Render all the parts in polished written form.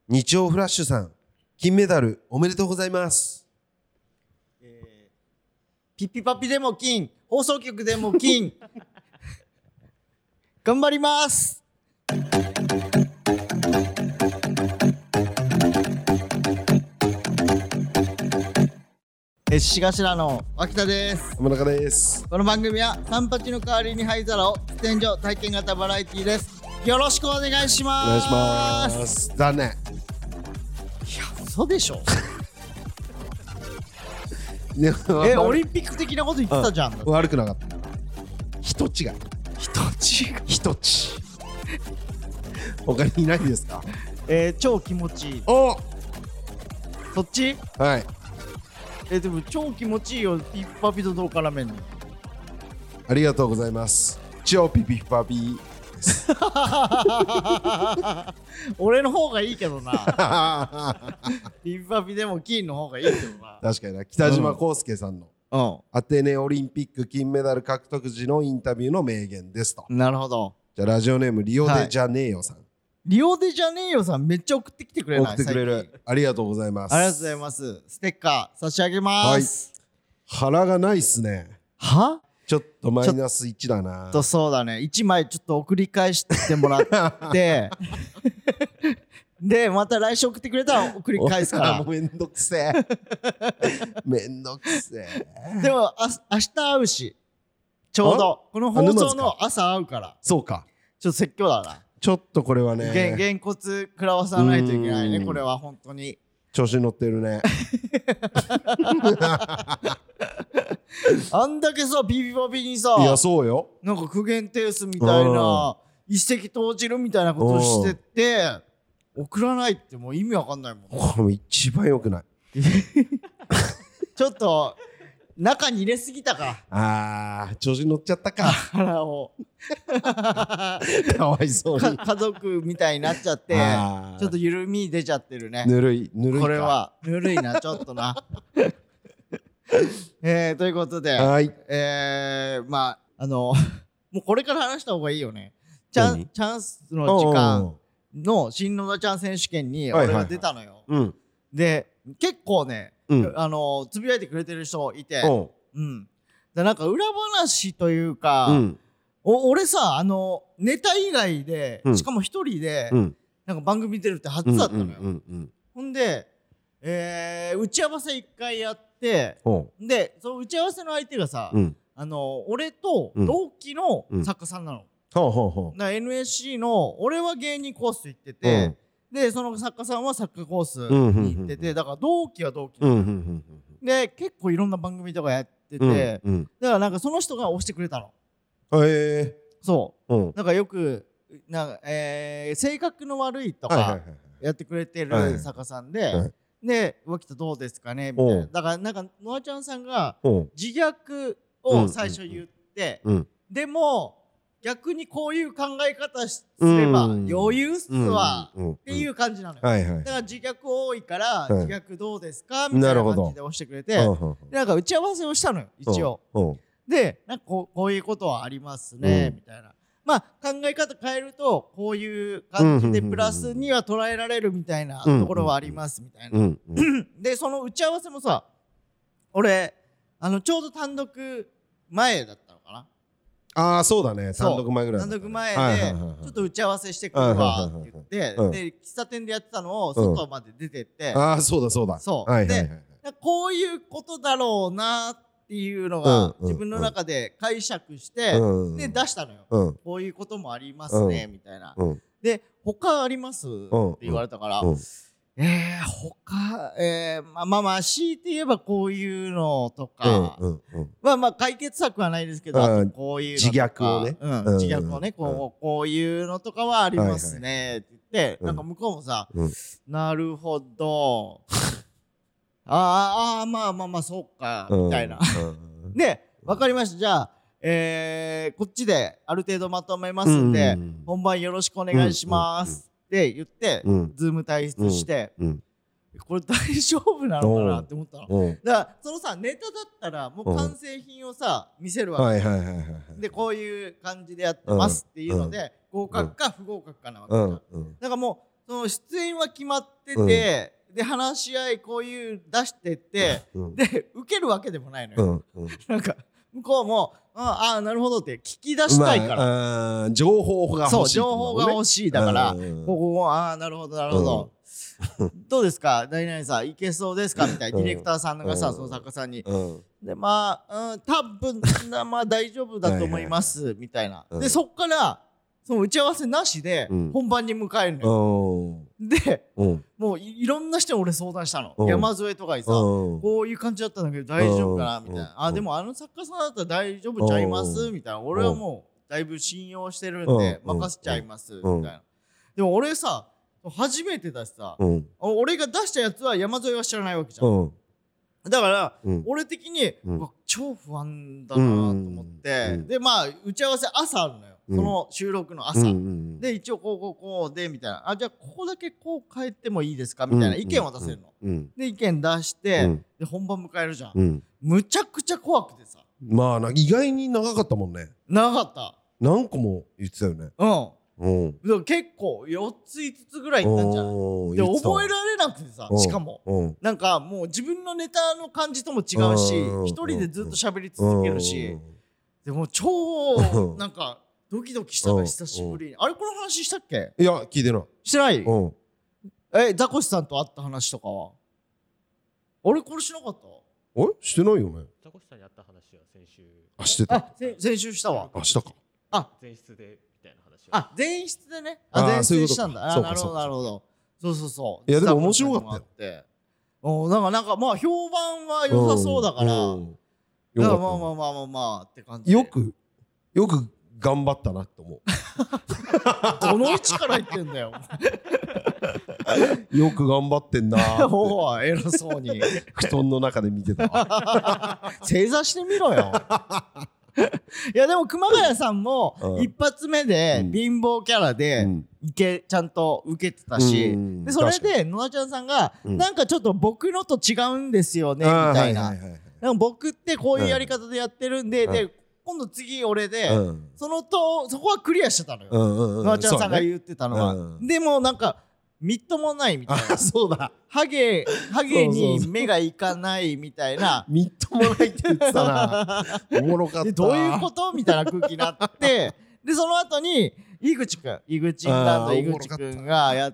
日曜フラッシュさん、金メダルおめでとうございます。 ピッピパピでも金、放送局でも金。頑張ります。しがしらの脇田です。 浜中です。 この番組は三八の代わりに灰皿を喫煙所体験型バラエティです。よろしくお願いします。 お願いします。残念。 いや、嘘でしょ。オリンピック的なこと言ってたじゃん。 悪くなかった。人違い。人違い。他にいないですか？ 超気持ちいい。 お、 そっち？ はい。 でも超気持ちいいよ。ピッパピとどう絡めんの？ ありがとうございます。超ピピパピです。 俺の方がいいけどな。ピッパピでも金の方がいいけどな。 確かにな。北島康介さんの、アテネオリンピック金メダル獲得時のインタビューの名言ですと。 なるほど。 じゃあラジオネームリオデジャネーヨさん、 リオデジャネイロさんめっちゃ送ってきてくれない？ 送ってくれる。ありがとうございます。 ありがとうございます。ステッカー差し上げます。 腹がないっすね。 は？ ちょっとマイナス1だな。 そうだね。1枚ちょっと送り返してもらってでまた来週送ってくれたら送り返すからもうめんどくせえ。めんどくせえ。 でも明日会うし、ちょうどこの放送の朝会うから。 そうか。 ちょっと説教だな。 ちょっとこれはね、 げんこつ食らわさないといけないね。これは本当に調子に乗ってるね。 あんだけさ、ビビバビにさ、 いやそうよ、 なんか苦言呈すみたいな、一石投じるみたいなことをしてて送らないってもう意味わかんないもん。 これも一番良くない。 ちょっと中に入れすぎたか。 調子に乗っちゃったか。 腹をかわいそうに家族みたいになっちゃってちょっと緩み出ちゃってるね。 ぬるいか。 これはぬるいな、ちょっとな。ということで、まあもうこれから話した方がいいよね。チャンスの時間の新野田ちゃん選手権に俺が出たのよ。で結構ね、つぶやいてくれてる人いて、なんか裏話というか、俺さ、ネタ以外で、しかも一人で、なんか番組出るって初だったのよ。ほんで、打ち合わせ一回やって、でその打ち合わせの相手がさ、俺と同期の作家さんなの。だから NSC の俺は芸人コース行ってて、でその作家さんは作家コースに行ってて、だから同期は同期で結構いろんな番組とかやってて、だからなんかその人が押してくれたの。そうなんかよく性格の悪いとかやってくれてる作家さんで、で脇田どうですかねみたいな。だからなんかノアちゃんさんが自虐を最初言って、でも逆にこういう考え方すれば余裕っすわっていう感じなのよ。だから自虐多いから自虐どうですかみたいな感じで押してくれて、なんか打ち合わせをしたのよ一応。でなんかこういうことはありますねみたいな。まあ考え方変えるとこういう感じでプラスには捉えられるみたいなところはありますみたいな。でその打ち合わせもさ、俺ちょうど単独前だったのかな。 そうだね。単独前ぐらい。 単独前でちょっと打ち合わせしてくるわって言って、で喫茶店でやってたのを外まで出てって、 そうだ。 そうでこういうことだろうなっていうのが自分の中で解釈してで出したのよ。こういうこともありますねみたいな。で他ありますって言われたから、他まあ強いて言えばこういうのとかまあ解決策はないですけど、あとこういうのとか自虐をねこういうのとかはありますねって言って、なんか向こうもさなるほどまあそうかみたいな。で分かりました、じゃあこっちである程度まとめますんで本番よろしくお願いしますって言って、ズーム退出して、これ大丈夫なのかなって思ったの。だからそのさネタだったらもう完成品をさ見せるわけで、こういう感じでやってますっていうので合格か不合格かなわけじゃん。だからもうその出演は決まってて、で話し合いこういう出してって、で受けるわけでもないのよ、なんか向こうもああなるほどって聞き出したいから、 情報が欲しい、 そう情報が欲しいだから、ここああなるほどなるほど、どうですか何々さんいけそうですかみたいなディレクターさんがさ、その作家さんに、でまあ多分まあ大丈夫だと思いますみたいな、でそっからその打ち合わせなしで本番に迎えるのよ、でもういろんな人に俺相談したの、山添とかにさ、こういう感じだったんだけど大丈夫かなみたいな、あでもあの作家さんだったら大丈夫ちゃいますみたいな、俺はもうだいぶ信用してるんで任せちゃいますみたいな。でも俺さ初めてだしさ、俺が出したやつは山添は知らないわけじゃん、だから、俺的に、超不安だなと思って、でまあ打ち合わせ朝あるのよ、その収録の朝、で一応こうでみたいな、あじゃあここだけこう変えてもいいですかみたいな意見を出せるの、で意見出して、で本番迎えるじゃん、むちゃくちゃ怖くてさ、 まあ意外に長かったもんね。 長かった、 何個も言ってたよね。 結構4つ5つぐらいいったんじゃないで、覚えられなくてさ、しかもなんかもう自分のネタの感じとも違うし、一人でずっと喋り続けるし、でも超なんかドキドキしたの久しぶりに。あれこの話したっけ？ いや聞いてない。 してない？ザコシさんと会った話とかはあれこれしなかった？ してないよね。 ザコシさんに会った話は先週。 してた。 先週したわ。 したか。 前室でみたいな話。 前室でね。前室したんだ。なるほどなるほど。そう。 いやでも面白かったよ。 なんかまあ評判は良さそうだから。まあって感じ。 よく頑張ったなって思う。 どの位置から言ってんだよ。 よく頑張ってんなーって。 おお偉そうに。 布団の中で見てたわ。 正座してみろよ。いやでも熊谷さんも一発目で貧乏キャラでちゃんと受けてたし、でそれで野田ちゃんさんがなんかちょっと僕のと違うんですよねみたいな、僕ってこういうやり方でやってるんで、で今度次俺でそこはクリアしてたのよ、野田ちゃんさんが言ってたのは。でもなんかみっともないみたいな。 そうだ。 ハゲに目がいかないみたいな。 みっともないって言ってたな。おもろかった。 どういうことみたいな空気になって、でその後に井口くんがやって、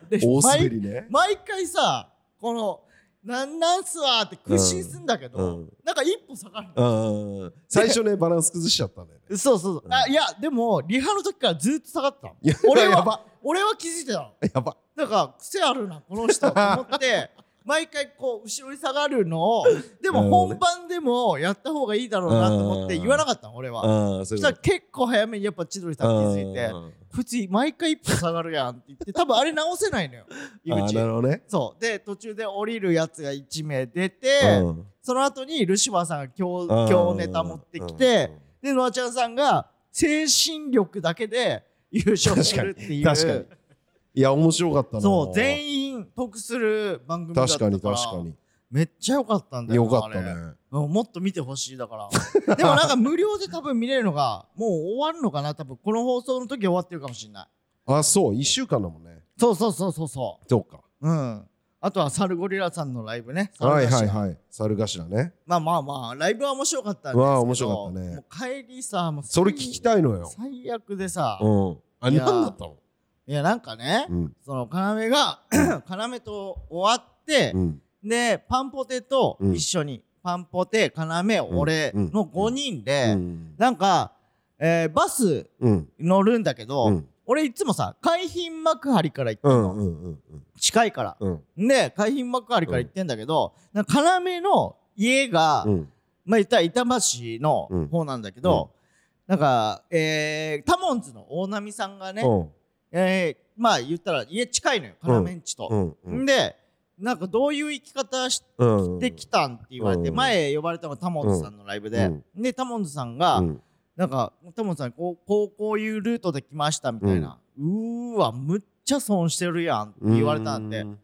で毎回さこのなんすわーって屈伸すんだけど、なんか一歩下がる。 最初ねバランス崩しちゃったんだよね。 そう。いやでもリハの時からずっと下がった。俺は気づいてたの。 やば。 だから癖あるなこの人と思って毎回こう後ろに下がるのを、でも本番でもやった方がいいだろうなと思って言わなかったの俺は。そしたら結構早めにやっぱ千鳥さん気づいて、こいつ毎回一歩下がるやんって言って、多分あれ直せないのよ井口。 なるほどね。 そうで途中で降りるやつが1名出て、その後にルシファーさんが今日ネタ持ってきて、でノアちゃんさんが精神力だけで優勝するっていう。 確かに。いや面白かったな。 そう全員得する番組だったから。確かにめっちゃ良かったんだよ。 よかったね。 もっと見てほしいだから。でもなんか無料で多分見れるのがもう終わるのかな、多分この放送の時終わってるかもしれない。 そう1週間だもんね。 そう。 そうか。 あとはサルゴリラさんのライブね。 はい猿頭ね。 まあライブは面白かったんですけど。面白かったね。もう帰りさもうそれ聞きたいのよ。 最悪でさ。 何だったの？ いやなんかね、その要が要と終わって、でパンポテと一緒に、パンポテ要俺の5人で、なんか、バス乗るんだけど、俺いつもさ海浜幕張から行ってんの、近いから、で海浜幕張から行ってんだけど、要の家が、まあ言ったら板橋の方なんだけど、なんかタモンズの大波さんがね、まあ言ったら家近いのよ要んちと。でなんかどういう生き方してきたんって言われて、前呼ばれたのがタモンズさんのライブで、でタモンズさんがなんかタモンズさんこういうルートで来ましたみたいな、うーわむっちゃ損してるやんって言われたんで、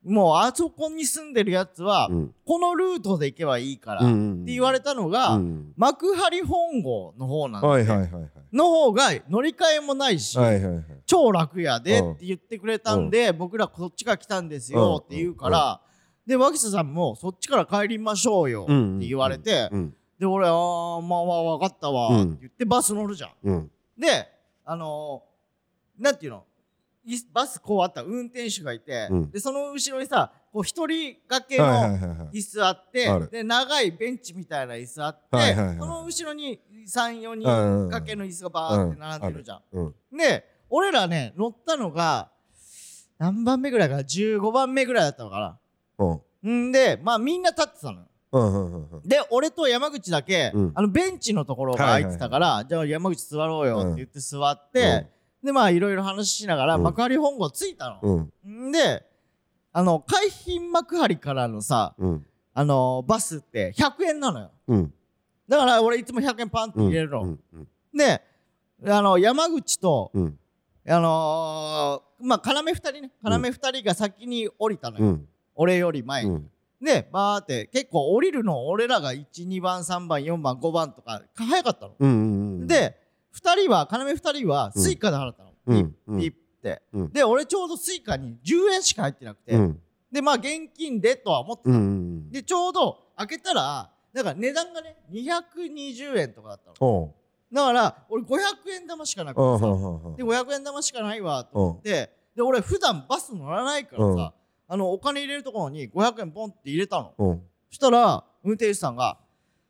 もうあそこに住んでるやつは、このルートで行けばいいからって言われたのが、幕張本郷の方なんで、の方が乗り換えもないし、超楽やでって言ってくれたんで、僕らこっちから来たんですよって言うから、で脇下さんもそっちから帰りましょうよって言われて、で俺まあ分かったわって言ってバス乗るじゃん。でなんていうの、バスこうあった運転手がいて、でその後ろにさこう一人掛けの椅子あって、で長いベンチみたいな椅子あって、その後ろに3、4人掛けの椅子がバーって並んでるじゃん。で俺らね乗ったのが何番目ぐらいかな、15番目ぐらいだったのかな。んでまあみんな立ってたのよ。で俺と山口だけベンチのところが空いてたから、じゃあ山口座ろうよって言って座って、でまあいろいろ話しながら幕張本郷着いたの。で海浜幕張からのさバスって100円なのよ。だから俺いつも100円パンって入れるの。で山口とまあ要2人ね、要2人が先に降りたのよ、俺より前に。でバーって結構降りるの俺らが1、2番、3番、4番、5番とか早かったの。で要2人はスイカで払ったの。ピッピッって。で俺ちょうどスイカに10円しか入ってなくて、でまあ現金でとは思ってた。でちょうど開けたらだから値段がね220円とかだったの。だから俺500円玉しかなくてさ、で500円玉しかないわと思って、で俺普段バス乗らないからさ、お金入れるところに500円ポンって入れたの。そしたら運転手さんが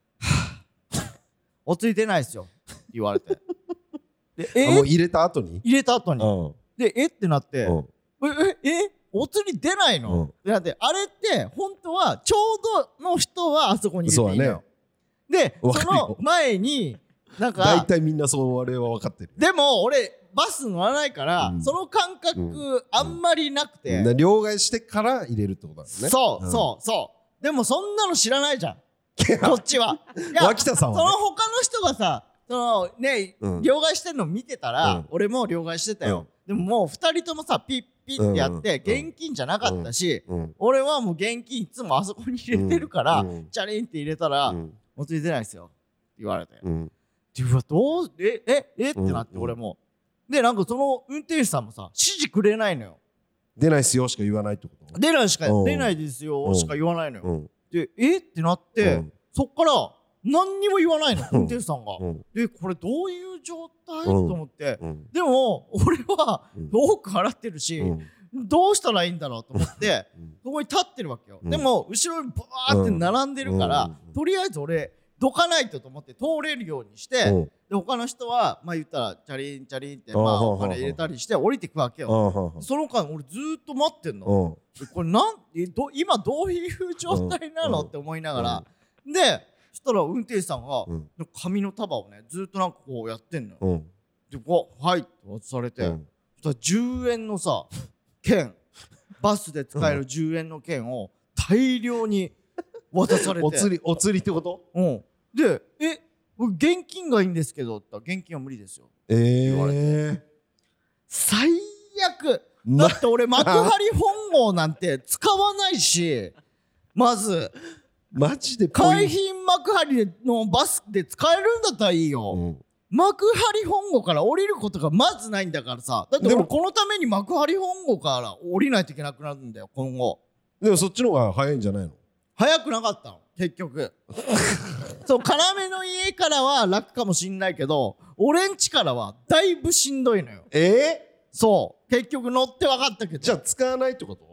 「おついてないっすよ」って言われて。でもう入れた後にでってなってお釣り出ないのってなって、あれって本当はちょうどの人はあそこに入れていいのよ。でその前になんか大体みんなそれは分かってる。 でも俺バス乗らないからその感覚あんまりなくて、 両替してから入れるってことだね。 そうでもそんなの知らないじゃんこっちは。 脇田さんはね、 その他の人がさ両替してるの見てたら俺も両替してたよ。でももう2人ともさピッピッってやって現金じゃなかったし、俺はもう現金いつもあそこに入れてるからチャリンって入れたら「お釣り出ないっすよ」って言われて、うわどうってなって俺も。でなんかその運転手さんもさ指示くれないのよ。 出ないっすよしか言わないってこと？ 出ないですよしか言わないのよ。でってなってそっから何にも言わないの運転手さんが。でこれどういう状態と思って、でも俺は多く払ってるしどうしたらいいんだろうと思ってそこに立ってるわけよ。でも後ろにバーって並んでるからとりあえず俺どかないとと思って通れるようにして、で他の人はまあ言ったらチャリンチャリンってまあお金入れたりして降りてくわけよ。その間俺ずーっと待ってんの。これ今どういう状態なのって思いながら、でそしたら運転手さんが紙の束をねずーっとなんかこうやってんのよ。ではいって渡されて、そしたら10円のさ券、バスで使える10円の券を大量に渡されてお釣りってこと？ で現金がいいんですけどって言ったら現金は無理ですよ言われて、最悪だって俺幕張本郷なんて使わないし、まずマジで海浜幕張のバスで使えるんだったらいいよ、幕張本郷から降りることがまずないんだからさ。だって俺このために幕張本郷から降りないといけなくなるんだよ今後。 でもそっちの方が早いんじゃないの？ 早くなかったの結局そう要の家からは楽かもしんないけど俺ん家からはだいぶしんどいのよ。そう結局乗って分かったけど。 じゃあ使わないってこと？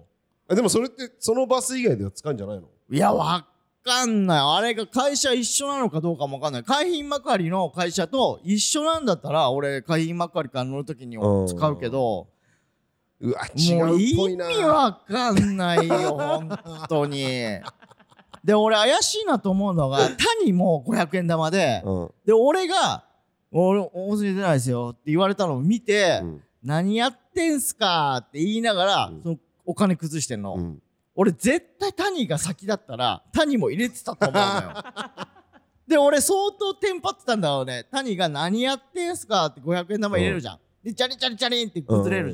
でもそれってそのバス以外では使うんじゃないの？ いや分かんない。あれが会社一緒なのかどうかも分かんない。海浜幕張の会社と一緒なんだったら俺海浜幕張から乗るときには使うけど、 うわ違うっぽいな。 もう意味わかんないよ本当に。で俺怪しいなと思うのが谷も500円玉で、で俺が「俺お釣り出ないですよ」って言われたのを見て「何やってんすか」って言いながらそのお金崩してんの。俺絶対谷が先だったら谷も入れてたと思うのよ。で俺相当テンパってたんだろうね。谷が「何やってんすか」って500円玉入れるじゃん。でチャリチャリチャリンって崩れるじゃん。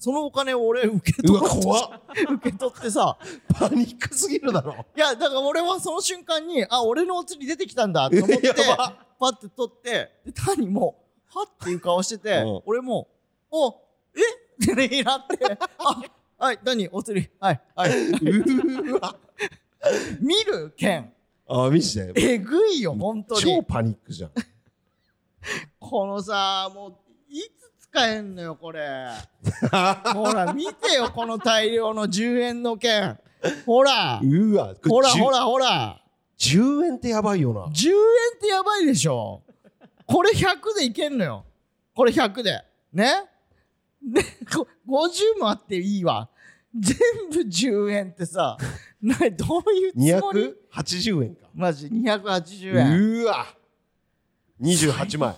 そのお金を俺受け取って怖っ受け取ってさ、 パニックすぎるだろ。 いやだから俺はその瞬間に俺のお釣り出てきたんだと思ってパッて取ってで谷もはっていう顔してて俺もってねなってはい谷お釣りはいうわ見る剣見してえぐいよ本当に超パニックじゃんこのさもういつ使えんのよこれほら見てよこの大量の10円の剣ほらうわほら 10円ってやばいよな。 10円ってやばいでしょ。これ100でいけんのよ。これ100でね。で50もあっていいわ。全部10円ってさどういうつもり。 280円かマジ280円。 うわ28枚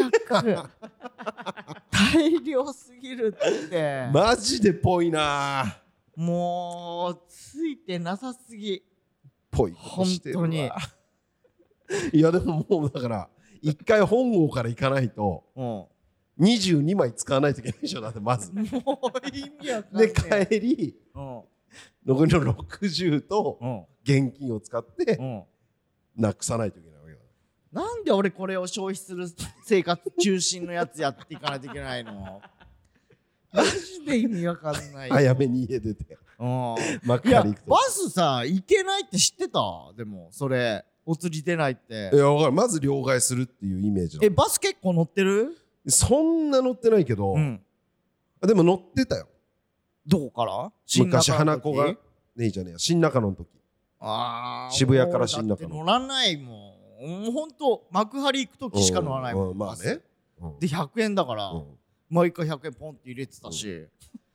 大量すぎるってマジでぽいな。 もうついてなさすぎぽいことしてるわ。 本当にいやでももうだから一回本郷から行かないと22枚使わないといけないでしょ。だってまずもう意味わかんないで帰り残りの60と現金を使ってなくさないといけないわけだ。 なんで俺これを消費する生活中心のやつやっていかないといけないのマジで意味わかんないよ。 早めに家出ていやバスさ行けないって知ってた。でもそれお釣り出ないって。 いや分かる。まず両替するっていうイメージだ。 バス結構乗ってる？ そんな乗ってないけど、でも乗ってたよ。 どこから？ 昔花子がねえじゃねえや新中野の時。渋谷から新中野。 乗らないもん。ほんと幕張行く時しか乗らないもん。 まあね。 で100円だから毎回100円ポンって入れてたし、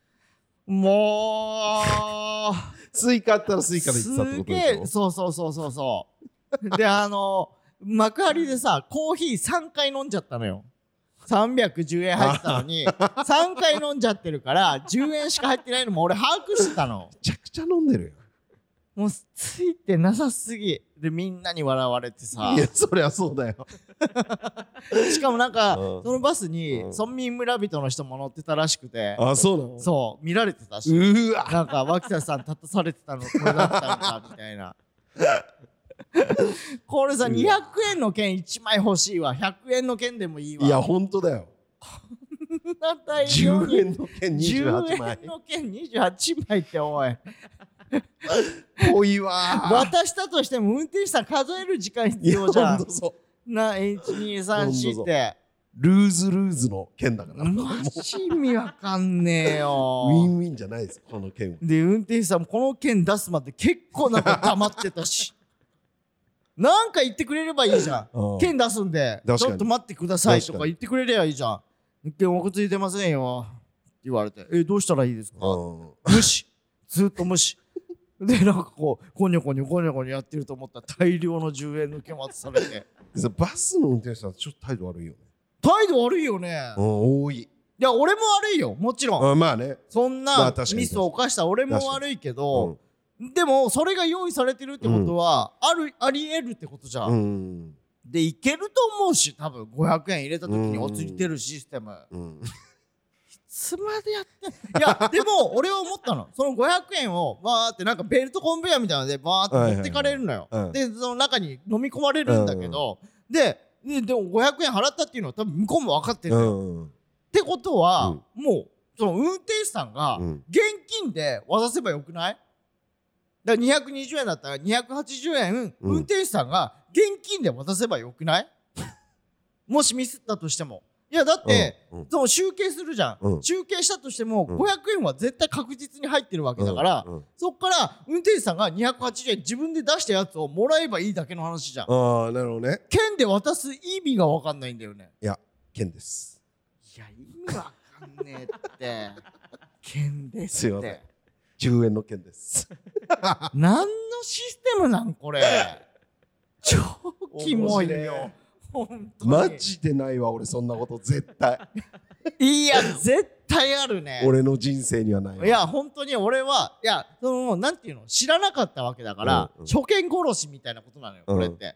もうスイカあったらスイカで行ってたってことでしょ。 そうで幕張でさコーヒー3回飲んじゃったのよ。310円入ってたのに3回飲んじゃってるから10円しか入ってないのも俺把握してたの。 めちゃくちゃ飲んでるよ。 もうついてなさすぎでみんなに笑われてさ。 いやそりゃそうだよしかもなんかそのバスに村民村人の人も乗ってたらしくて。 そうなの。 そう見られてたし、 うわなんか脇田さん立たされてたのこれだったのかみたいなこれさ200円の券1枚欲しいわ。100円の券でもいいわ。 いやほんとだよ。10円の券28枚。 10円の券28枚っておい多いわ。 渡したとしても運転手さん数える時間必要じゃん。な1234ってルーズの券だからマジ意味わかんねえよ。 ウィンウィンじゃないですこの券は。 で運転手さんもこの券出すまで結構なんか黙ってたしなんか言ってくれればいいじゃん。券出すんでちょっと待ってくださいとか言ってくれればいいじゃん。券おくついてませんよって言われてどうしたらいいですか。無視ずっと無視でなんかこうゴニョゴニョやってると思ったら大量の10円の券渡されてバスの運転手さんちょっと態度悪いよね。 態度悪いよね。 多い。 いや俺も悪いよもちろん。 まあねそんなミスを犯した俺も悪いけどでもそれが用意されてるってことはありえるってことじゃん。でいけると思うし多分500円入れた時にお釣り出るシステムいつまでやってんいやでも俺は思ったの。その500円をバーってなんかベルトコンベヤーみたいなのでバーって持ってかれるのよ。でその中に飲み込まれるんだけどでも500円払ったっていうのは多分向こうも分かってるのよ。ってことはもうその運転手さんが現金で渡せばよくない？だから220円だったら280円運転手さんが現金で渡せばよくない？もしミスったとしても。いやだってその集計するじゃん。集計したとしても500円は絶対確実に入ってるわけだからそっから運転手さんが280円自分で出したやつをもらえばいいだけの話じゃん。 なるほどね。 券で渡す意味が分かんないんだよね。 いや券です。 いや意味わかんねえって券ですって。 10円の券です何のシステムなんこれ超キモいよ本当に。 マジでないわ俺そんなこと絶対いや絶対あるね。 俺の人生にはないわ。 いや本当に俺はいやそのなんていうの知らなかったわけだから初見殺しみたいなことなのよこれって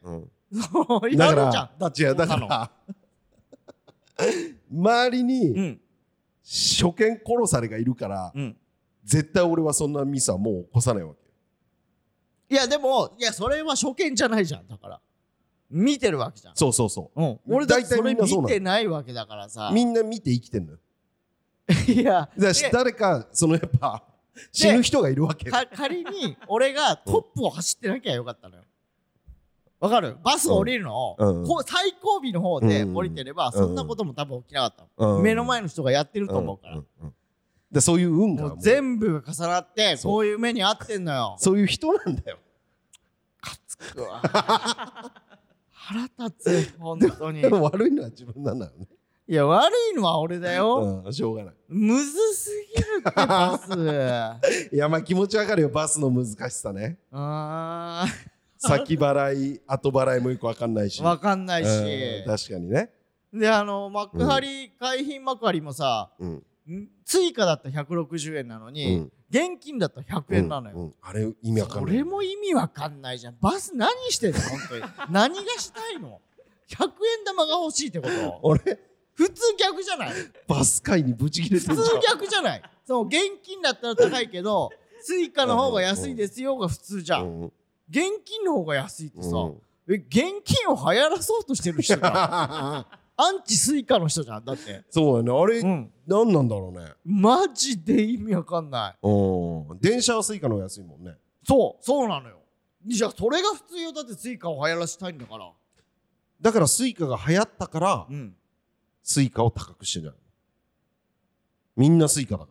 だからだから周りに初見殺されがいるから、絶対俺はそんなミスはもう起こさないわけ。 いやでもそれは初見じゃないじゃん。だから見てるわけじゃん。 そうそうそう、 俺だってそれ見てないわけだからさ。 みんな見て生きてんのよ。 いや誰かそのやっぱ死ぬ人がいるわけ。 仮に俺がトップを走ってなきゃよかったのよ。わかる？バス降りるのを、最後尾の方で降りてれば、そんなことも多分起きなかったの。目の前の人がやってると思うから。 でそういう運がもう全部が重なってこういう目に遭ってんのよ。 そういう人なんだよ。 かつくわ。腹立つ本当に。 でも悪いのは自分なんだよね。 いや悪いのは俺だよ。 しょうがない。 むずすぎるってバス。 いやまあ気持ちわかるよ、バスの難しさね。先払い後払いもよくわかんないし。 わかんないし。 確かにね。 で幕張海浜幕張もさ、追加だったら160円なのに、現金だったら100円なのよ。あれ意味わかんない。それも意味わかんないじゃん。バス何してんの本当に。何がしたいの？100円玉が欲しいってこと？俺普通逆じゃない？ バス界にブチ切れてるじゃん。 普通逆じゃない？そう現金だったら高いけど追加の方が安いですよが普通じゃん。現金の方が安いってさ、現金を流行らそうとしてる人じゃん。アンチスイカの人じゃん。だってそうやね。あれ、何なんだろうね。 マジで意味わかんない。 電車はスイカの方が安いもんね。 そうなのよ。じゃあそれが普通よ。だってスイカを流行らせたいんだから。 だからスイカが流行ったから、スイカを高くしてんじゃない。みんなスイカだから。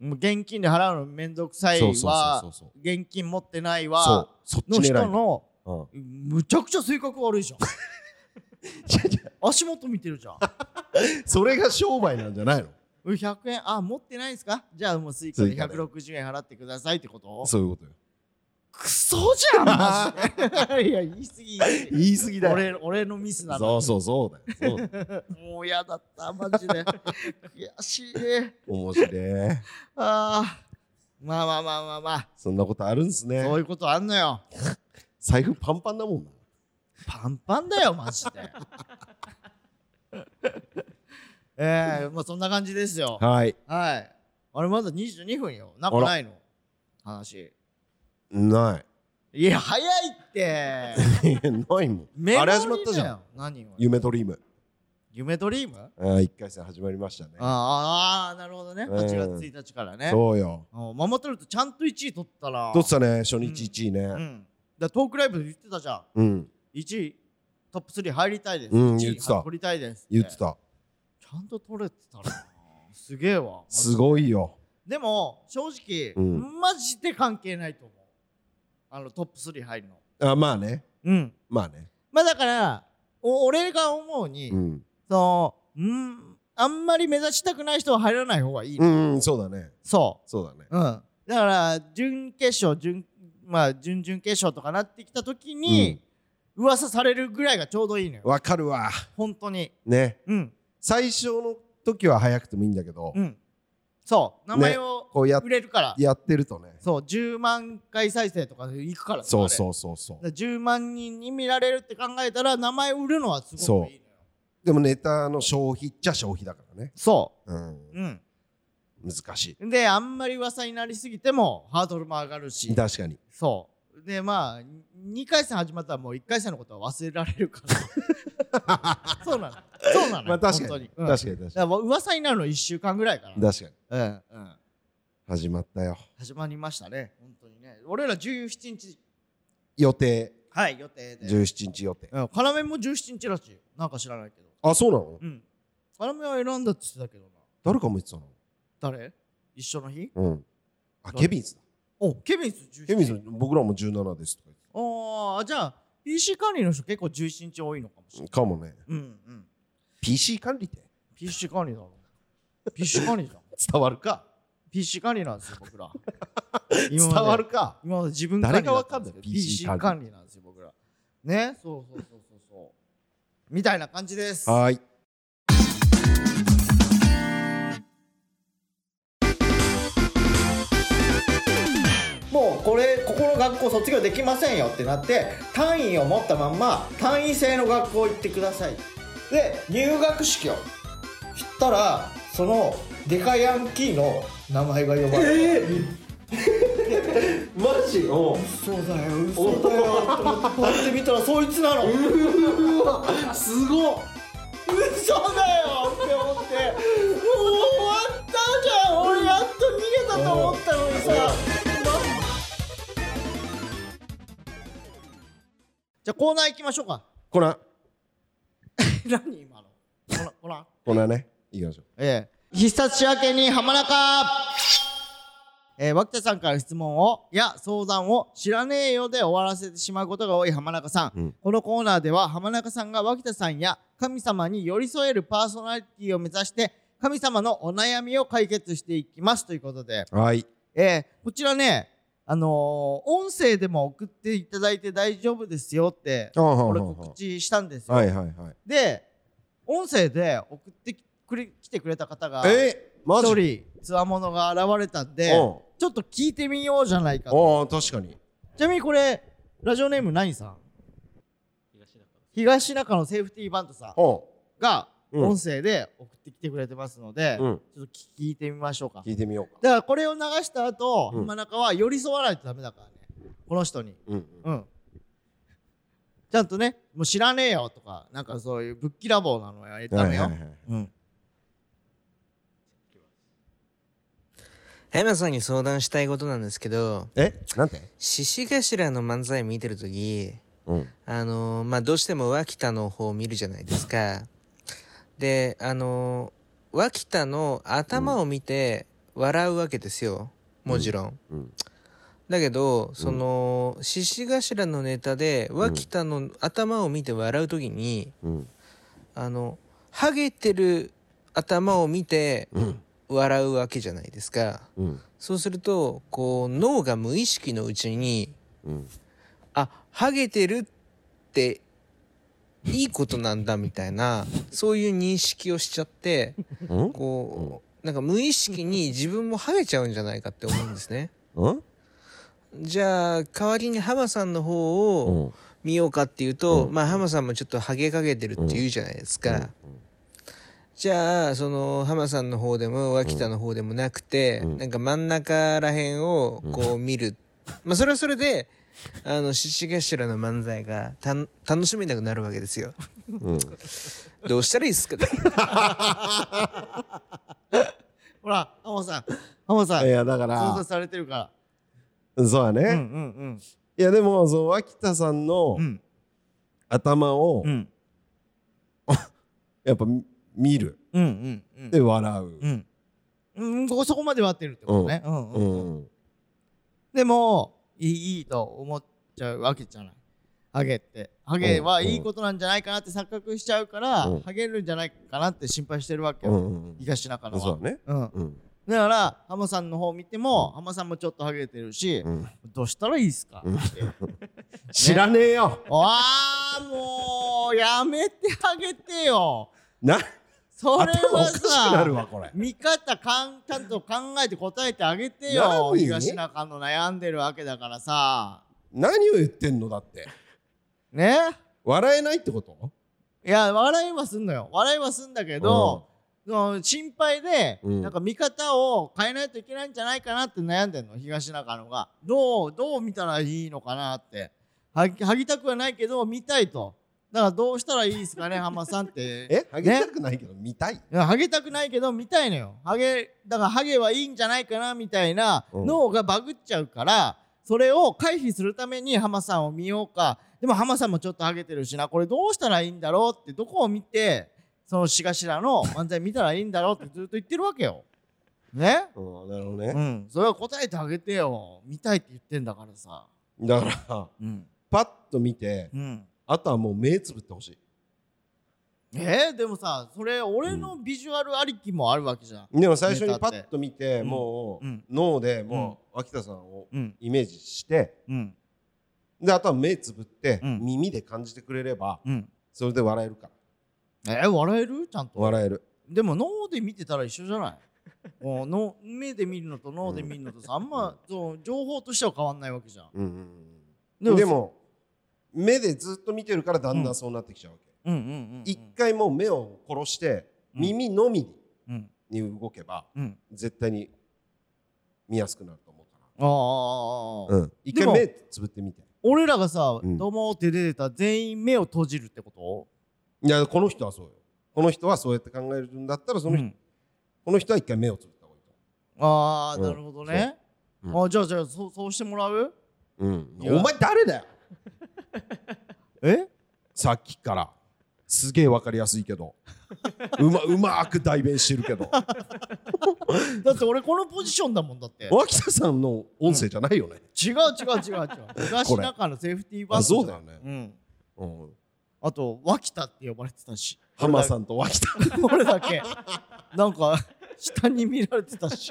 もう現金で払うのめんどくさいわ、現金持ってないわの人のむちゃくちゃ性格悪いじゃん。足元見てるじゃん。 それが商売なんじゃないの ？100円持ってないですか？じゃあもうスイカで160円払ってくださいってこと？ そういうことよ。 クソじゃんマジで。いや言い過ぎだよ。俺のミスなの。 そうだよ。 もう嫌だったマジで。悔しい。 面白い。 まあそんなことあるんすね。 そういうことあんのよ。 財布パンパンだもんな。 パンパンだよマジで。まあそんな感じですよ。はい。あれまだ22分よ。なんかないの？話。 ない。 いや早いって。 ないもん。あれ始まったじゃん。 何？ 夢ドリーム。 夢ドリーム ？1回戦始まりましたね。 なるほどね。8月1日からね。 そうよ。 ママタルトちゃんと1位取ったら。 取ってたね。初日1位ね。 だトークライブで言ってたじゃん。1位トップ3入りたいです。 1位取りたいです。 言ってた。 ちゃんと取れてたな。すげえわ。 すごいよ。 でも正直マジで関係ないと思う。トップ3入るの。 まあね。まあね。 まあだから俺が思うにあんまり目指したくない人は入らない方がいい。 そうだね。 そうだね。だから準決勝準々決勝とかなってきた時に噂されるぐらいがちょうどいいのよ。 わかるわ。 本当にね。最初の時は早くてもいいんだけど、 そう名前を売れるからやってるとね。 そう10万回再生とかいくから。 そう 10万人に見られるって考えたら名前売るのはすごくいいのよ。 でもネタの消費っちゃ消費だからね。難しい。 であんまり噂になりすぎてもハードルも上がるし。 確かに。 そうでまあ2回戦始まったらもう1回戦のことは忘れられるからそうなのまあ確かにだから噂になるの1週間ぐらいかな。確かに始まったよ。 始まりましたね。本当にね。俺ら17日予定。 予定で 17日予定。 要も17日らしいよ。なんか知らないけど。 あ、そうなの？ 要は選んだって言ってたけどな。 誰かも言ってたの？ 誰？一緒の日？ ケビンスだ。 ケビンス 17日。僕らも17ですとか言って。 じゃあ PC 管理の人結構17日多いのかもしれない。 かもね。PC 管理って PC 管理だろ。PC 管理じゃん。 伝わるか。 PC 管理なんですよ僕ら。 伝わるか。 今まで自分管理誰がわかんない。 PC 管理なんですよ僕らね。そうみたいな感じです。 はい。 もうここの学校卒業できませんよってなって単位を持ったまんま単位制の学校行ってください。で入学式をしたらそのデカヤンキーの名前が呼ばれる。 マジ？ そうだよ、嘘だよと思ってパッて見たらそいつなの。 うわ、すごっ。 嘘だよって思って、もう終わったじゃん、俺やっと逃げたと思ったのにさ。じゃあコーナー行きましょうか。 コーナー何今のコーナーね、行きましょう。 必殺仕分けに浜中。脇田さんから質問を相談を知らねえよで終わらせてしまうことが多い浜中さん、このコーナーでは浜中さんが脇田さんや神様に寄り添えるパーソナリティを目指して神様のお悩みを解決していきますということで、 はい、 こちらね、音声でも送っていただいて大丈夫ですよって俺告知したんですよ。で音声で送ってきてくれた方が一人つわものが現れたんで、ちょっと聞いてみようじゃないかと。 確かに。 ちなみにこれラジオネーム何さん？東中のセーフティーバントさんが音声で送ってきてくれてますので、ちょっと聞いてみましょうか。 聞いてみようか。 だからこれを流した後、浜中は寄り添わないとダメだからね、この人に。ちゃんとね、もう知らねえよとか、なんかそういうぶっきらぼうなのやりたのよ。 浜さんに相談したいことなんですけど、 なんて？ 獅子頭の漫才見てるとき、どうしても脇田の方を見るじゃないですか。で、脇田の頭を見て笑うわけですよ。もちろん。だけど、その、獅子頭のネタで脇田の頭を見て笑うときに、ハゲてる頭を見て、笑うわけじゃないですか、そうするとこう脳が無意識のうちに、ハゲてるっていいことなんだみたいなそういう認識をしちゃってこうなんか無意識に自分もハゲちゃうんじゃないかって思うんですね。じゃあ代わりに浜さんの方を見ようかっていうと、浜さんもちょっとハゲかけてるって言うじゃないですか。じゃあその浜さんの方でも脇田の方でもなくて、なんか真ん中らへんをこう見る、それはそれで獅子頭の漫才が楽しめなくなるわけですよ。どうしたらいいですかね。 ほら浜さん、 いやだから想像されてるから。 そうだね。いやでもその脇田さんの頭をやっぱ見る、で笑う、 そこまでは合ってるってことね。でもいいと思っちゃうわけじゃない。ハゲはいいことなんじゃないかなって錯覚しちゃうから、ハゲるんじゃないかなって心配してるわけよ、東中野は。 そうだね。 だから浜さんの方見ても浜さんもちょっとハゲてるし、どうしたらいいっすかって知らねえよ。 もうやめてあげてよ。それはさ、見方ちゃんと考えて答えてあげてよ。東中の悩んでるわけだからさ。 何を言ってんのだってね。 笑えないってこと？ いや笑いはすんのよ。笑いはすんだけど、心配でなんか見方を変えないといけないんじゃないかなって悩んでんの、東中野が。どう見たらいいのかなって。はぎたくはないけど見たいと。だからどうしたらいいですかね浜さんって。 ハゲたくないけど見たい？いやハゲたくないけど見たいのよ。だからハゲはいいんじゃないかなみたいな脳がバグっちゃうから、それを回避するために浜さんを見ようか。でも浜さんもちょっとハゲてるしな、これどうしたらいいんだろうって、どこを見てその獅頭の漫才見たらいいんだろうってずっと言ってるわけよ。ね。 なるほどね。 それは答えてあげてよ。見たいって言ってんだからさ。 だからパッと見て、あとはもう目つぶってほしい。 でもさ、それ俺のビジュアルありきもあるわけじゃん。 でも最初にパッと見て、もう脳でもう脇田さんをイメージして、であとは目つぶって耳で感じてくれればそれで笑えるから。 笑える？ちゃんと笑える。でも脳で見てたら一緒じゃない？目で見るのと脳で見るのとさ、あんま情報としては変わんないわけじゃん。 でも目でずっと見てるからだんだんそうなってきちゃうわけ。一回もう目を殺して耳のみにに動けば、絶対に見やすくなると思うから。一回目つぶってみて。 俺らがさ、どうもって出てた全員目を閉じるってこと？ いや、この人はそうよ。この人はそうやって考えるんだったら、この人は一回目をつぶった方がいいと。 ああ、なるほどね。じゃあそうしてもらう？ お前誰だよ。さっきからすげえわかりやすいけどうまく代弁してるけどだって俺このポジションだもん。だって脇田さんの音声じゃないよね。 違う東中のセーフティーバス。 そうだよね。 あと脇田って呼ばれてたし、 浜さんと脇田俺だけなんか下に見られてたし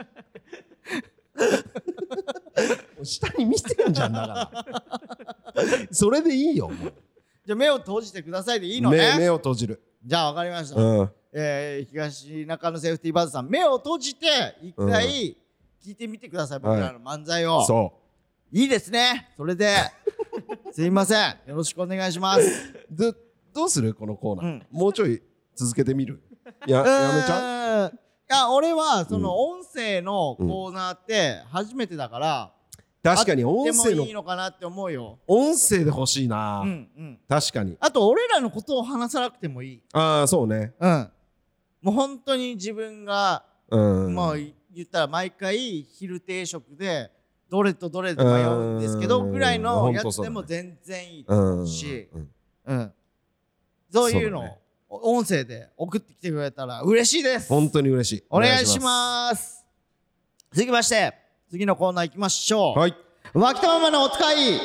下に見てんじゃん。だからそれでいいよ。もうじゃあ目を閉じてくださいでいいのね。 目を閉じる。 じゃあ分かりました。東中のセーフティーバズさん、目を閉じて一回聞いてみてください、僕らの漫才を。いいですね。それですいません、よろしくお願いします。 どうするこのコーナー、もうちょい続けてみる？やめちゃう？ いや、俺はその音声のコーナーって初めてだから、 確かに音声のいいのかなって思うよ。 音声で欲しいな。確かに。 あと俺らのことを話さなくてもいい。 ああ、そうね。 もう本当に自分がもう言ったら毎回昼定食でどれとどれで迷うんですけどぐらいのやつでも全然いいと思うし、そういうのを音声で送ってきてくれたら嬉しいです。 本当に嬉しい。 お願いします。続きまして次のコーナー行きましょう。 はい。 脇田ママのお使い。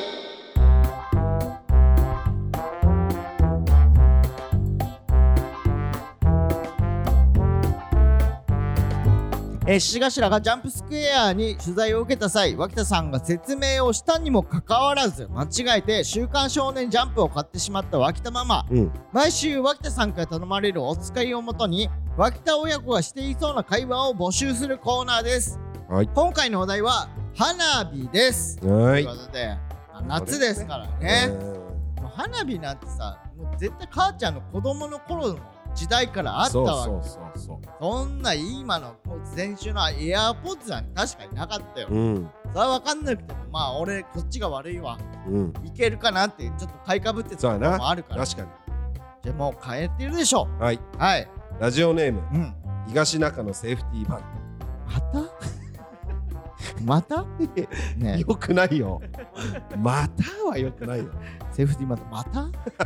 獅頭がジャンプスクエアに取材を受けた際、脇田さんが説明をしたにもかかわらず間違えて週刊少年ジャンプを買ってしまった脇田ママ、毎週脇田さんから頼まれるお使いをもとに脇田親子がしていそうな会話を募集するコーナーです。今回のお題は花火です。ということで夏ですからね。花火なんてさ、もう絶対母ちゃんの子供の頃の時代からあったわけ。そんな今の先週のエアーポッズは確かになかったよ。それは分かんなくてもまあ俺こっちが悪いわ、いけるかなってちょっと買いかぶってたところもあるから。 確かに。 じゃあもう変えてるでしょ。 はい、ラジオネーム、東中のセーフティーバンド。 またね、よくないよ。またはよくないよ。 セーフティーバンドまた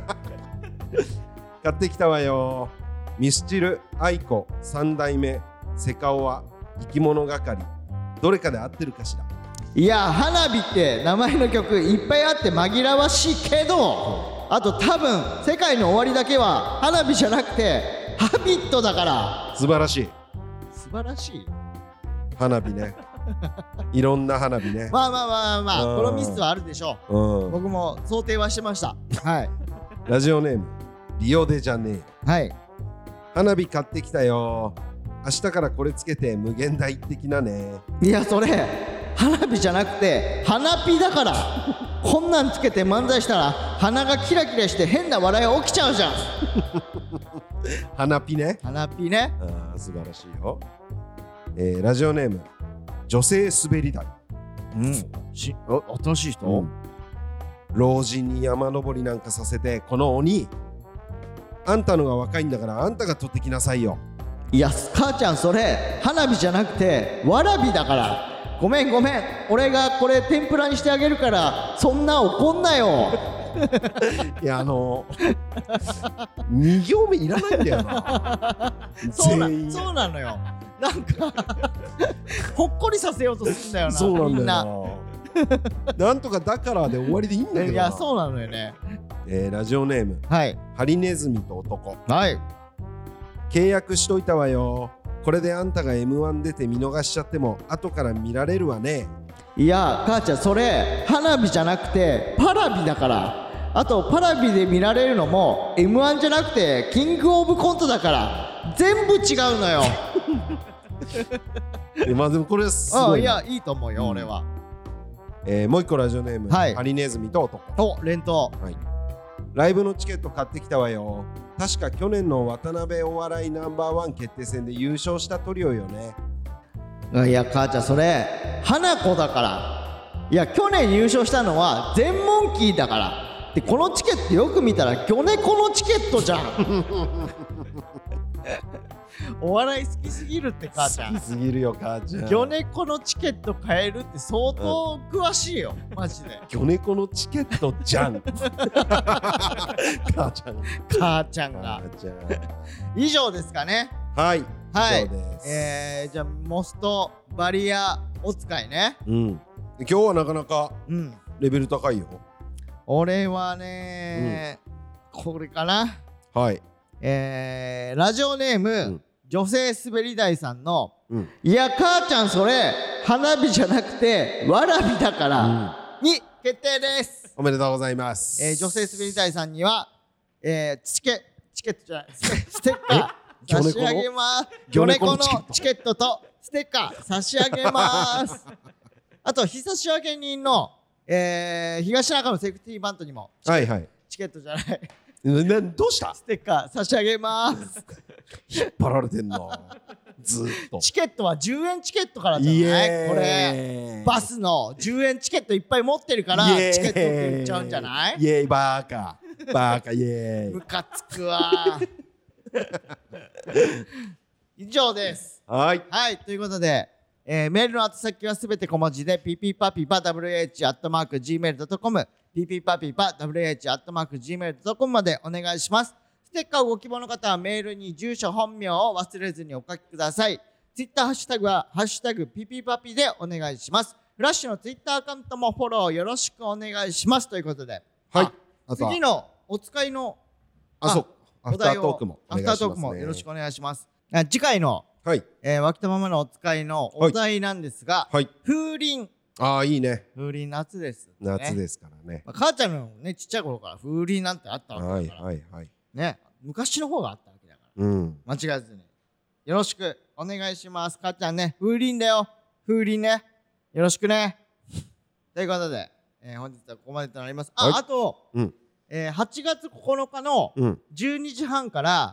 買ってきたわよ。ミスチル、アイコ、3代目、セカオワ、生き物係、どれかで合ってるかしら。 いや、花火って名前の曲いっぱいあって紛らわしいけど、あと多分世界の終わりだけは花火じゃなくてハビットだから。 素晴らしい。 素晴らしい花火ね。いろんな花火ね。 まあこのミスはあるでしょう。僕も想定はしてました。 ラジオネームリオデジャネイロ。花火買ってきたよ。明日からこれつけて無限大的なね。 いや、それ花火じゃなくて花火だからこんなんつけて漫才したら鼻がキラキラして変な笑い起きちゃうじゃん。 花火ね。 花火ね。 素晴らしいよ。ラジオネーム女性滑り台。 新しい人、 老人に山登りなんかさせて、この鬼あんたのが若いんだからあんたが取ってきなさいよ。 いや、母ちゃんそれ花火じゃなくてわらびだから。ごめん俺がこれ天ぷらにしてあげるからそんな怒んなよ。 いや2行目いらないんだよな。 そうなのよ。なんかほっこりさせようとするんだよな。 そうなんだよな。なんとかだからで終わりでいいんだけどな。 いや、そうなのよね。 ラジオネーム、ハリネズミと男。契約しといたわよ。これであんたが M1 出て見逃しちゃっても後から見られるわね。 いや、母ちゃんそれ花火じゃなくてパラビだから。あとパラビで見られるのも M1 じゃなくてキングオブコントだから。全部違うのよ。 まあでもこれすごいな。 いや、いいと思うよ、俺は。 もう一個ラジオネーム、ハリネズミと男。 連投。 ライブのチケット買ってきたわよ。確か去年の渡辺お笑いNo.1決定戦で優勝したトリオよね。 いや母ちゃん、それ花子だから。いや去年優勝したのは全モンキーだから。でこのチケットよく見たら魚猫のチケットじゃん。お笑い好きすぎるって母ちゃん。 好きすぎるよ母ちゃん。 魚猫のチケット買えるって相当詳しいよ、マジで。 魚猫のチケットじゃん。母ちゃん。 母ちゃんが。以上ですかね。 はい。 はい。じゃあモストバリアお使いね。 うん。今日はなかなかレベル高いよ。 俺はね、これかな。 はい。 ラジオネーム、女性滑り台さんの、いや母ちゃんそれ花火じゃなくてわらびだから、に決定です。 おめでとうございます。 女性滑り台さんには、チケットじゃないステッカー差し上げます。魚猫のチケットとステッカー差し上げます。あと久し分け人の東中野セーフティーバントにもチケットじゃないどうしたステッカー差し上げます。 引っ張られてんなずっと。 チケットは10円チケットからじゃない？これバスの10円チケットいっぱい持ってるからチケットって言っちゃうんじゃない？ イエーイバーカバーカイエーイ。 ムカつくわ以上です。 はい、 ということでメールの宛先はすべて小文字で pppapipa.wh@gmail.com pppapipa.wh@gmail.com までお願いします。ステッカーをご希望の方はメールに住所本名を忘れずにお書きください。ツイッターハッシュタグはハッシュタグピピパピでお願いします。フラッシュのツイッターアカウントもフォローよろしくお願いしますということで、次のお使いのアフタートークもお願いしますね。 アフタートークもよろしくお願いします。次回のはい、 わきたままのお使いのお題なんですが、風鈴。 いいね。 風鈴夏です、 ね。夏ですからね。 母ちゃんのねちっちゃい頃から風鈴なんてあったわけだから。ね、昔の方があったわけだから。間違えずによろしくお願いします。母ちゃんね、風鈴だよ。風鈴ね。よろしくね。ということで、本日はここまでとなります。あと、8月9日の12時半から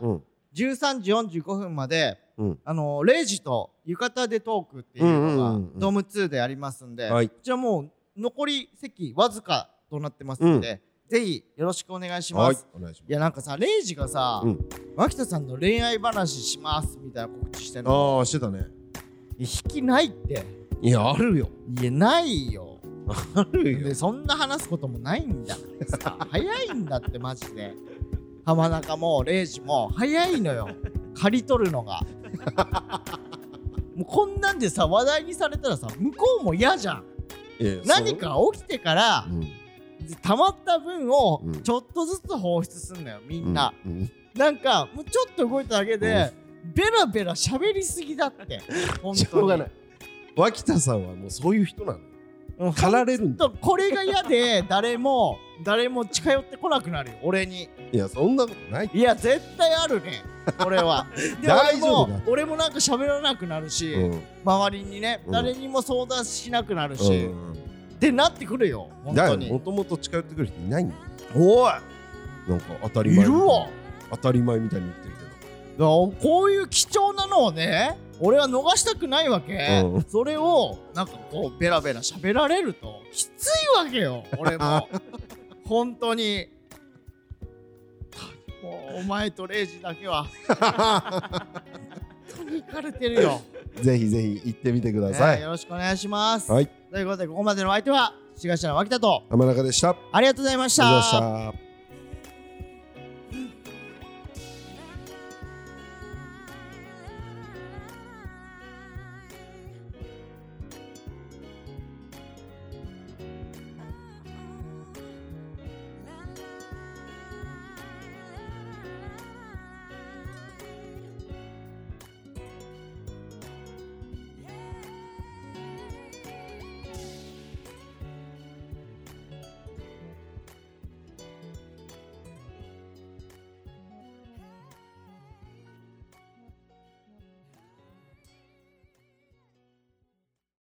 13時45分まで。0時と浴衣でトークっていうのがドーム2でありますんで、こちらもう残り席わずかとなってますので、ぜひよろしくお願いします。いやなんかさ、0時がさ、脇田さんの恋愛話しますみたいな告知してんの。 してたね。 引きないって。 いやあるよ。 いやないよ。 あるよ。 でそんな話すこともないんだからさ早いんだってマジで。浜中も0時も早いのよ、刈り取るのが。もうこんなんでさ話題にされたらさ向こうも嫌じゃん。何か起きてから、溜まった分をちょっとずつ放出すんのよみんな。なんかもうちょっと動いただけで、ベラベラ喋りすぎだって本当に。しょうがない。 脇田さんはもうそういう人なの。狩られるんだ。 これが嫌で誰も近寄ってこなくなるよ俺に。 いやそんなことない。 いや絶対あるね俺は。で大丈夫だ。 俺もなんか喋らなくなるし、周りにね誰にも相談しなくなるし、ってなってくるよ本当に。 もともと近寄ってくる人いないんだよ。 おいなんか当たり前。 いるわ。 当たり前みたいに言ってるけど。こういう貴重なのをね俺は逃したくないわけ。それをなんかこうベラベラ喋られるときついわけよ俺も。本当にもうお前と0時だけは本当にイかれてるよ。 ぜひぜひ行ってみてください。 よろしくお願いします。 はい。 ということでここまでのお相手は東野脇田と浜中でした。 ありがとうございました。 ありがとうございました。